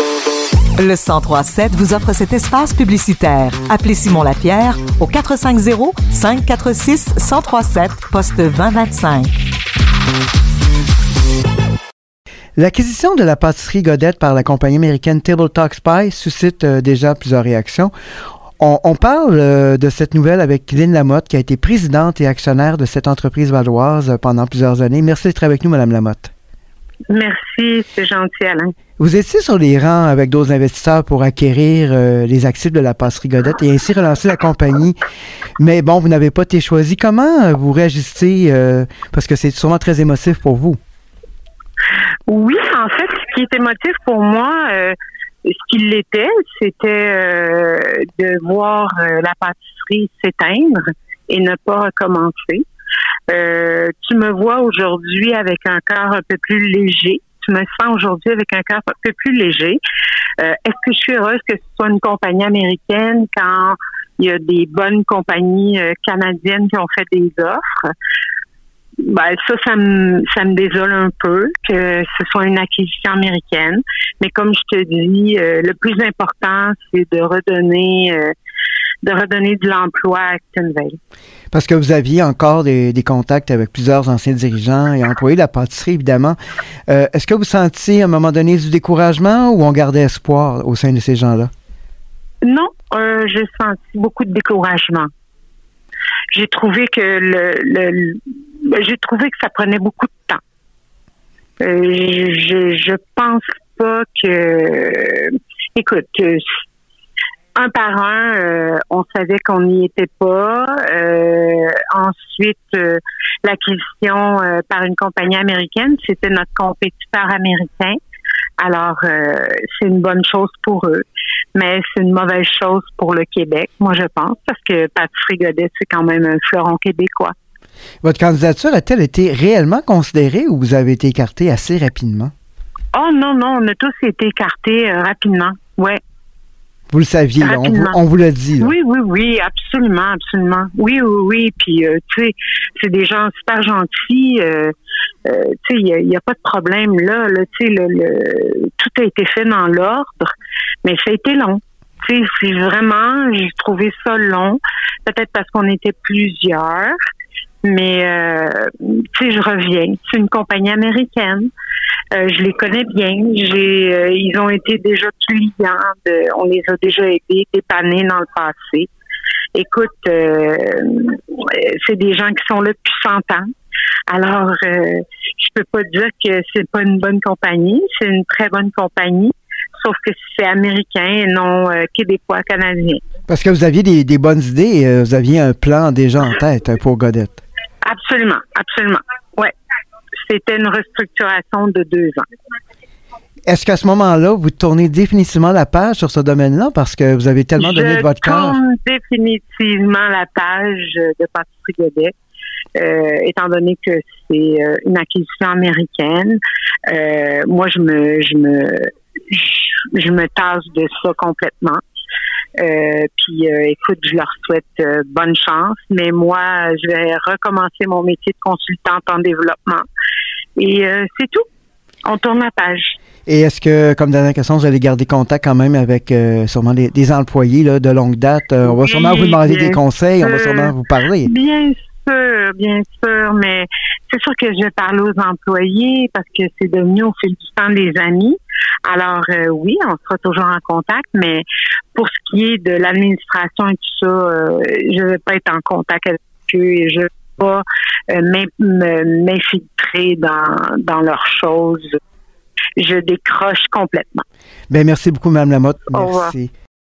Le 103.7 vous offre cet espace publicitaire. Appelez Simon Lapierre au 450-546-1037, poste 2025. L'acquisition de la pâtisserie Godette par la compagnie américaine Table Talk Pie suscite déjà plusieurs réactions. On parle de cette nouvelle avec Lynn Lamotte, qui a été présidente et actionnaire de cette entreprise valoise pendant plusieurs années. Merci d'être avec nous, Mme Lamotte. Merci, c'est gentil, Alain. Vous étiez sur les rangs avec d'autres investisseurs pour acquérir les actifs de la pâtisserie Godette et ainsi relancer la compagnie. Mais bon, vous n'avez pas été choisi. Comment vous réagissez? Parce que c'est sûrement très émotif pour vous. Oui, en fait, ce qui est émotif pour moi, ce qu'il l'était, c'était de voir la pâtisserie s'éteindre et ne pas recommencer. Tu me vois aujourd'hui avec un cœur un peu plus léger. Tu me sens aujourd'hui avec un cœur un peu plus léger. Est-ce que je suis heureuse que ce soit une compagnie américaine quand il y a des bonnes compagnies canadiennes qui ont fait des offres? Ben, ça me désole un peu que ce soit une acquisition américaine. Mais comme je te dis, le plus important, c'est de redonner de l'emploi à Actonville. Parce que vous aviez encore des contacts avec plusieurs anciens dirigeants et employés de la pâtisserie, évidemment. Est-ce que vous sentiez à un moment donné du découragement ou on gardait espoir au sein de ces gens-là? Non, j'ai senti beaucoup de découragement. J'ai trouvé que j'ai trouvé que ça prenait beaucoup de temps. Je pense pas que... Écoute, un par un, on savait qu'on n'y était pas. Ensuite, l'acquisition par une compagnie américaine, c'était notre compétiteur américain. Alors, c'est une bonne chose pour eux, mais c'est une mauvaise chose pour le Québec, moi je pense, parce que Pâtisserie Godette, c'est quand même un fleuron québécois. Votre candidature a-t-elle été réellement considérée ou vous avez été écarté assez rapidement? Oh non, on a tous été écartés rapidement, ouais. Vous le saviez, là, on vous l'a dit. Là. Oui, absolument. Oui. Puis, tu sais, c'est des gens super gentils. Tu sais, il y a pas de problème là. Tu sais, tout a été fait dans l'ordre, mais ça a été long. Tu sais, c'est vraiment, j'ai trouvé ça long. Peut-être parce qu'on était plusieurs. Mais, tu sais, je reviens. C'est une compagnie américaine. Je les connais bien. Ils ont été déjà clients. On les a déjà aidés, dépannés dans le passé. Écoute, c'est des gens qui sont là depuis 100 ans. Alors, je peux pas dire que c'est pas une bonne compagnie. C'est une très bonne compagnie. Sauf que c'est américain et non québécois, canadien. Parce que vous aviez des bonnes idées. Vous aviez un plan déjà en tête pour Godette. Absolument. Ouais. C'était une restructuration de 2 ans. Est-ce qu'à ce moment-là, vous tournez définitivement la page sur ce domaine-là parce que vous avez tellement donné de votre cœur? Je tourne définitivement la page de Pâtisserie Godette, étant donné que c'est une acquisition américaine. Moi, je me tasse de ça complètement. Puis, écoute, je leur souhaite bonne chance, mais moi, je vais recommencer mon métier de consultante en développement. Et c'est tout. On tourne la page. Et est-ce que, comme dernière question, vous allez garder contact quand même avec sûrement des employés là, de longue date? On va sûrement vous demander des conseils, on va sûrement vous parler. Bien sûr, mais c'est sûr que je vais parler aux employés parce que c'est devenu au fil du temps des amis. Alors oui, on sera toujours en contact, mais pour ce qui est de l'administration et tout ça, je vais pas être en contact avec eux et je vais pas m'infiltrer dans leurs choses. Je décroche complètement. Bien, merci beaucoup, Mme Lamotte. Merci. Au revoir.